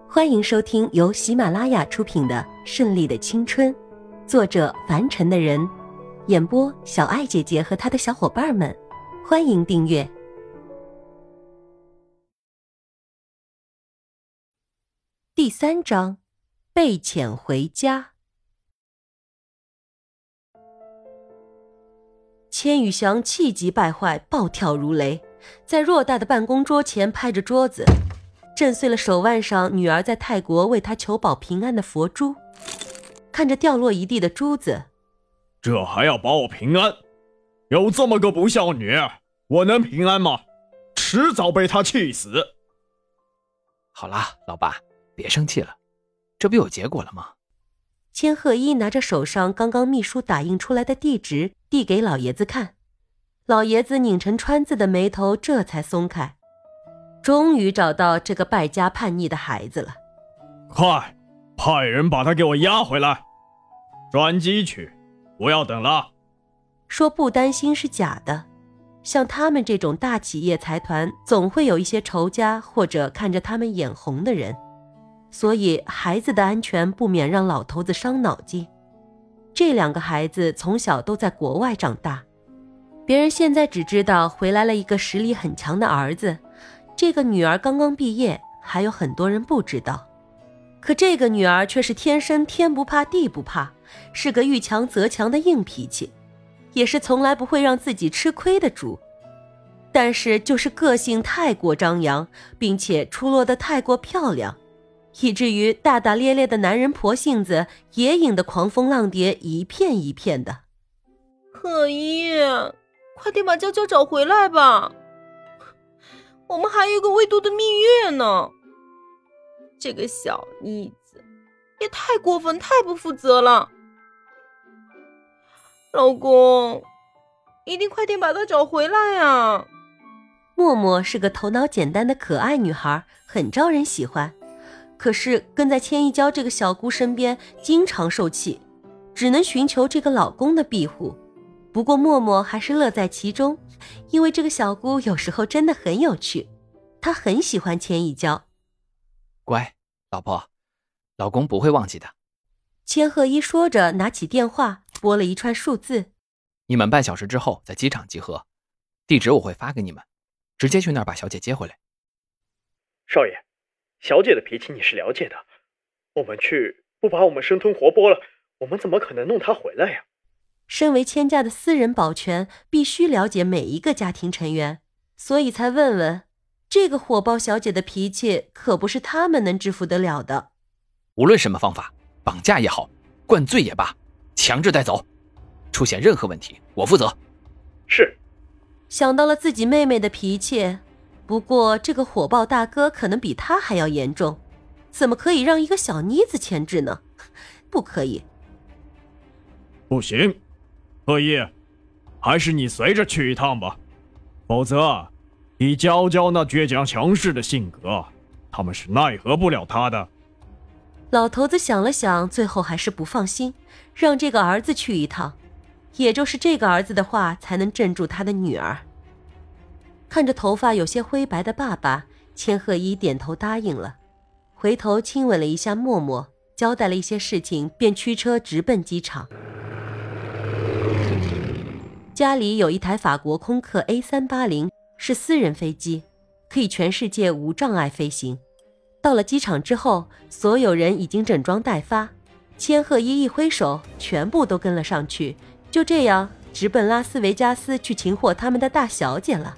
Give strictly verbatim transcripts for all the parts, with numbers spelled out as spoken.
欢迎收听由喜马拉雅出品的《顺利的青春》，作者凡尘的人，演播小爱姐姐和她的小伙伴们。欢迎订阅。第三章，被遣回家。千羽翔气急败坏，暴跳如雷，在偌大的办公桌前拍着桌子，震碎了手腕上女儿在泰国为他求保平安的佛珠。看着掉落一地的珠子， 这还要保我平安？有这么个不孝女，我能平安吗？迟早被她气死。 好啦，老爸，别生气了，这不有结果了吗？ 千鹤一拿着手上刚刚秘书打印出来的地址递给老爷子看，老爷子拧成川字的眉头这才松开，终于找到这个败家叛逆的孩子了。 快，派人把他给我押回来，转机去，不要等了。 说不担心是假的，像他们这种大企业财团总会有一些仇家或者看着他们眼红的人，所以孩子的安全不免让老头子伤脑筋。这两个孩子从小都在国外长大，别人现在只知道回来了一个实力很强的儿子，这个女儿刚刚毕业，还有很多人不知道。可这个女儿却是天生天不怕地不怕，是个遇强则强的硬脾气，也是从来不会让自己吃亏的主。但是就是个性太过张扬，并且出落得太过漂亮，以至于大大咧咧的男人婆性子也引得狂蜂浪蝶一片一片的。 可一，快点把娇娇找回来吧，我们还有一个未度的蜜月呢。这个小妮子也太过分，太不负责了。老公，一定快点把她找回来啊！ 默默是个头脑简单的可爱女孩，很招人喜欢，可是跟在千一娇这个小姑身边经常受气，只能寻求这个老公的庇护。不过默默还是乐在其中，因为这个小姑有时候真的很有趣，她很喜欢千一娇。 乖，老婆，老公不会忘记的。 千鹤一说着拿起电话拨了一串数字。 你们半小时之后在机场集合，地址我会发给你们，直接去那儿把小姐接回来。 少爷，小姐的脾气你是了解的，我们去不把我们生吞活剥了，我们怎么可能弄她回来呀？ 身为千家的私人保全，必须了解每一个家庭成员，所以才问问，这个火爆小姐的脾气可不是他们能制服得了的。 无论什么方法，绑架也好，灌醉也罢，强制带走，出现任何问题我负责。 是。 想到了自己妹妹的脾气，不过这个火爆大哥可能比他还要严重，怎么可以让一个小妮子牵制呢？不可以。 不行，鹤一，还是你随着去一趟吧，否则以娇娇那倔强强势的性格，他们是奈何不了她的。 老头子想了想，最后还是不放心，让这个儿子去一趟，也就是这个儿子的话才能镇住他的女儿。看着头发有些灰白的爸爸，千鹤一点头答应了，回头亲吻了一下默默，交代了一些事情，便驱车直奔机场。家里有一台法国空客 A 三八零， 是私人飞机，可以全世界无障碍飞行。到了机场之后，所有人已经整装待发，千鹤一一挥手，全部都跟了上去，就这样直奔拉斯维加斯去擒获他们的大小姐了。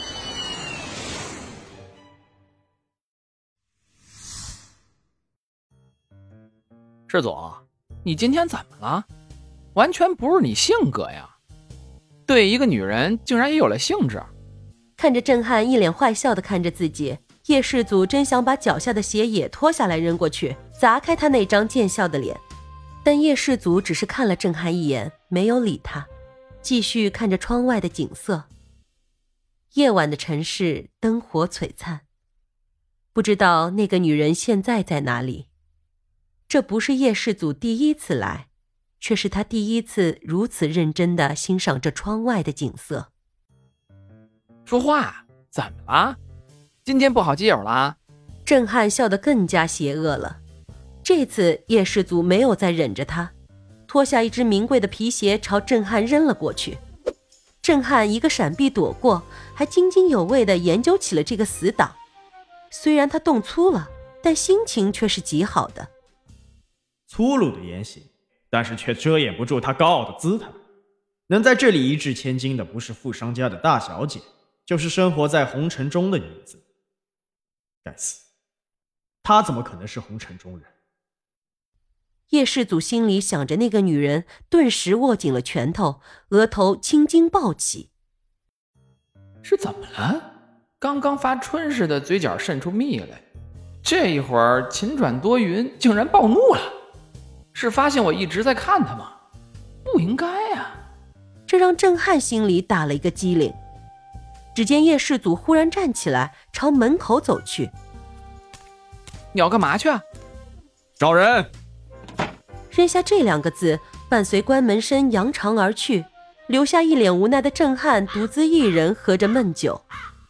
世总，你今天怎么了？完全不是你性格呀，对一个女人竟然也有了兴致。 看着郑汉一脸坏笑地看着自己，叶世祖真想把脚下的鞋也脱下来扔过去，砸开他那张见笑的脸。但叶世祖只是看了郑汉一眼，没有理他，继续看着窗外的景色。夜晚的城市灯火璀璨，不知道那个女人现在在哪里。这不是叶世祖第一次来，却是他第一次如此认真地欣赏着窗外的景色。 说话，怎么了？今天不好基友了？ 郑汉笑得更加邪恶了。这次叶氏族没有再忍着他，脱下一只名贵的皮鞋朝郑汉扔了过去。郑汉一个闪避躲过，还津津有味地研究起了这个死党。虽然他动粗了，但心情却是极好的。 粗鲁的言行，但是却遮掩不住他高傲的姿态。能在这里一掷千金的，不是富商家的大小姐，就是生活在红尘中的女子。该死，她怎么可能是红尘中人？ 叶氏祖心里想着那个女人，顿时握紧了拳头，额头青筋暴起。 是怎么了？刚刚发春似的，嘴角渗出蜜来，这一会儿晴转多云，竟然暴怒了。是发现我一直在看他吗？不应该啊！ 这让郑汉心里打了一个激灵。只见叶氏祖忽然站起来，朝门口走去。 你要干嘛去啊？ 找人！ 扔下这两个字，伴随关门声扬长而去，留下一脸无奈的郑汉独自一人喝着闷酒。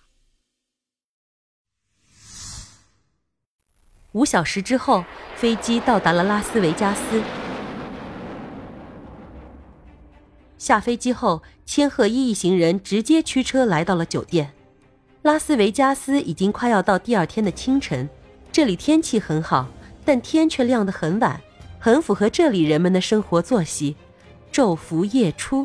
五小时之后，飞机到达了拉斯维加斯。下飞机后，千鹤一一行人直接驱车来到了酒店。拉斯维加斯已经快要到第二天的清晨，这里天气很好，但天却亮得很晚，很符合这里人们的生活作息。昼伏夜出。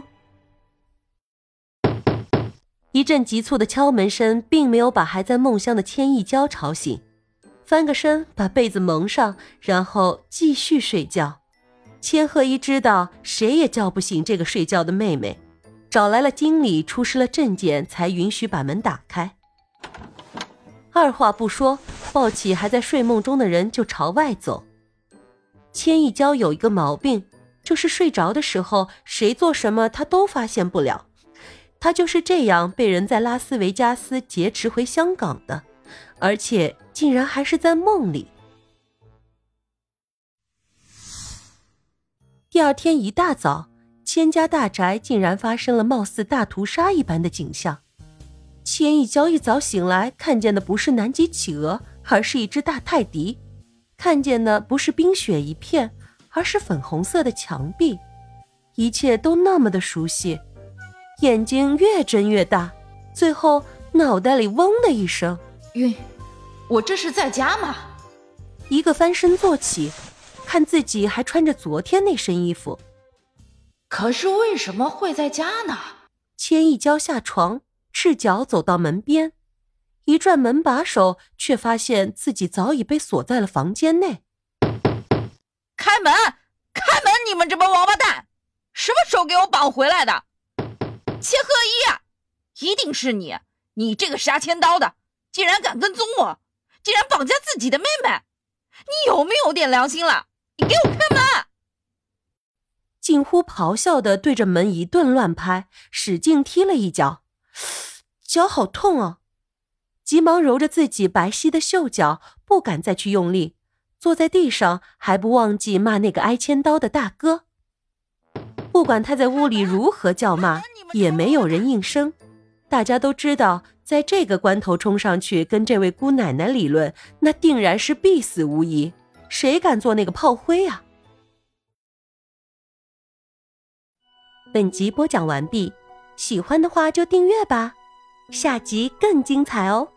一阵急促的敲门声并没有把还在梦乡的千亿娇吵醒，翻个身把被子蒙上，然后继续睡觉。千鹤一知道谁也叫不醒这个睡觉的妹妹，找来了经理，出示了证件，才允许把门打开。二话不说，抱起还在睡梦中的人就朝外走。千亿娇有一个毛病，就是睡着的时候谁做什么她都发现不了。她就是这样被人在拉斯维加斯劫持回香港的，而且竟然还是在梦里。第二天一大早，千家大宅竟然发生了貌似大屠杀一般的景象。千亿娇一早醒来，看见的不是南极企鹅，而是一只大泰迪。看见的不是冰雪一片，而是粉红色的墙壁。一切都那么的熟悉，眼睛越睁越大，最后脑袋里嗡的一声， 晕，我这是在家吗？ 一个翻身坐起，看自己还穿着昨天那身衣服。 可是为什么会在家呢？ 千亿娇下床，赤脚走到门边，一转门把手，却发现自己早已被锁在了房间内。 开门！开门！你们这帮王八蛋，什么时候给我绑回来的？千鹤一啊，一定是你！你这个杀千刀的，竟然敢跟踪我，竟然绑架自己的妹妹！你有没有点良心了？你给我开门！ 近乎咆哮地对着门一顿乱拍，使劲踢了一脚，脚好痛啊！急忙揉着自己白皙的袖脚，不敢再去用力，坐在地上还不忘记骂那个挨千刀的大哥。不管他在屋里如何叫骂，也没有人应声。大家都知道，在这个关头冲上去跟这位姑奶奶理论，那定然是必死无疑，谁敢做那个炮灰啊？本集播讲完毕，喜欢的话就订阅吧，下集更精彩哦。